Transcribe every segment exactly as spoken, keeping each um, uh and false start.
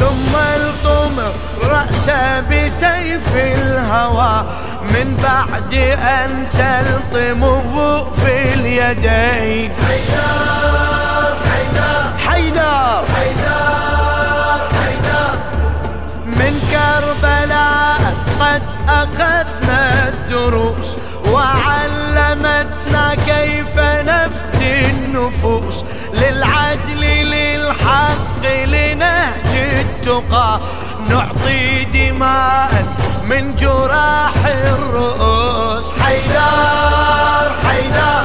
ثم الطم رأسه بسيف الهوى من بعد أن تلطمه باليدين. حيدر حيدر حيدر حيدر حيدر من كربلاء قد أخذنا الدروس وعلمتنا كيف نفدي النفوس للعدل للحق لنهج التقى نعطي دماء من جراح الرؤوس. حيدر حيدر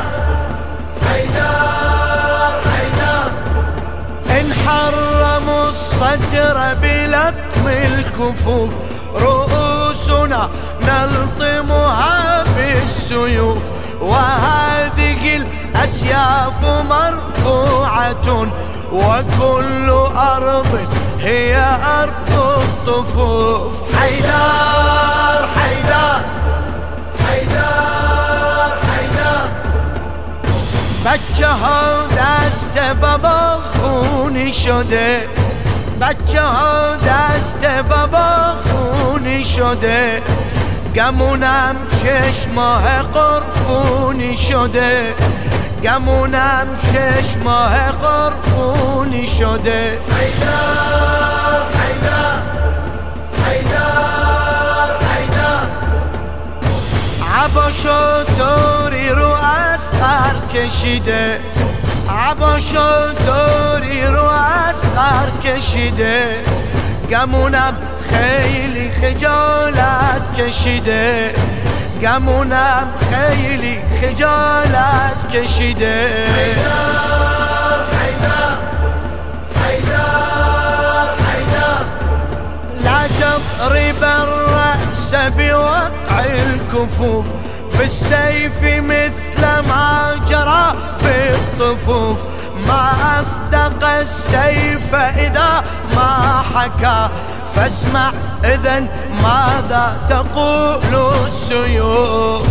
حيدر حيدر إن حرموا الصدر بلطم الكفوف رؤوسنا نلطمها بالسيوف وهذه الأسياف مرفوعة وكل أرض هي أرض الطفوف. حيدر حيدر حيدر حيدر بچه ها دست بابا خونی شده بچه ها دست بابا خونی شده گمونم شش ماه قربونی شده گمونم شش ماه قربونی شده. حيدر حيدر حيدر حيدر عباشو دوری رو اسقر کشیده عباشو دوری رو اسقر کشیده گمونم خیلی خجالت کشیده گمونم خیلی خجالت کشیده. حيدر حيدر حيدر حيدر لا تضرب الرأس بوقع الكفوف بالسيف مثل ما جرى بالطفوف ما أصدق السيف إذا ما حكى فاسمع إذن ماذا تقول السيوف.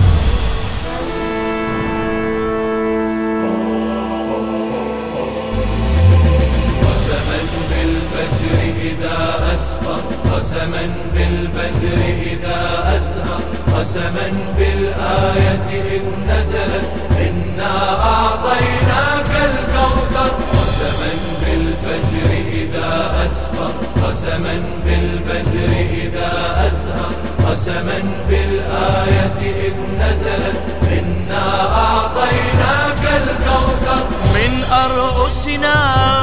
قسما بالفجر إذا أسفر قسما بالبدر إذا أزهر قسما بالآية إذ نزلت إنا أعطيناك الكوثر قسما بالفجر إذا أسفر قسما بالبدر إذا أزهر قسما بالآية إذ نزلت إنا أعطيناك الكوثر من أرؤسنا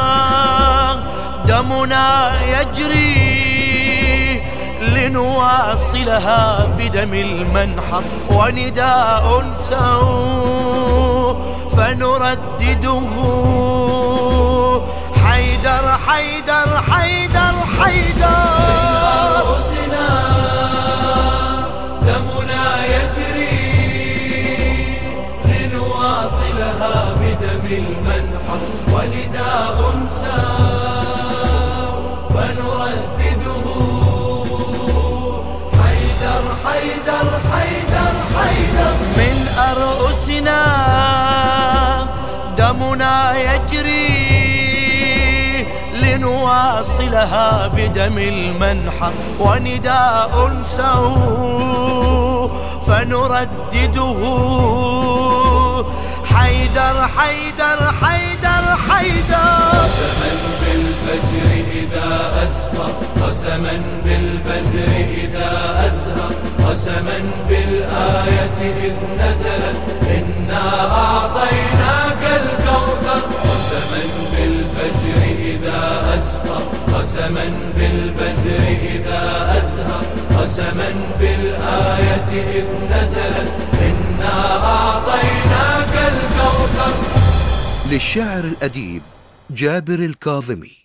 دمنا يجري لنواصلها بدم المنحر ونداء سوف نردده حيدر حيدر حيدر حيدر. رؤوسنا دمنا يجري لنواصلها بدم المنحر ونداء سوف نردده حيدر حيدر حيدر حيدر. من أرؤسنا دمنا يجري لنواصلها بدم المنحر ونداء سوف نردده حيدر حيدر حيدر حيدر. قسما بالفجر إذا أسفر قسما بالبدر إذا أزهر قسما بالآية إذ نزلت إنا أعطيناك الكوثر قسما بالفجر إذا أسفر قسما بالبدر إذا أزهر قسما بالآية إذ نزلت إنا أعطيناك الكوثر. للشاعر الأديب جابر الكاظمي.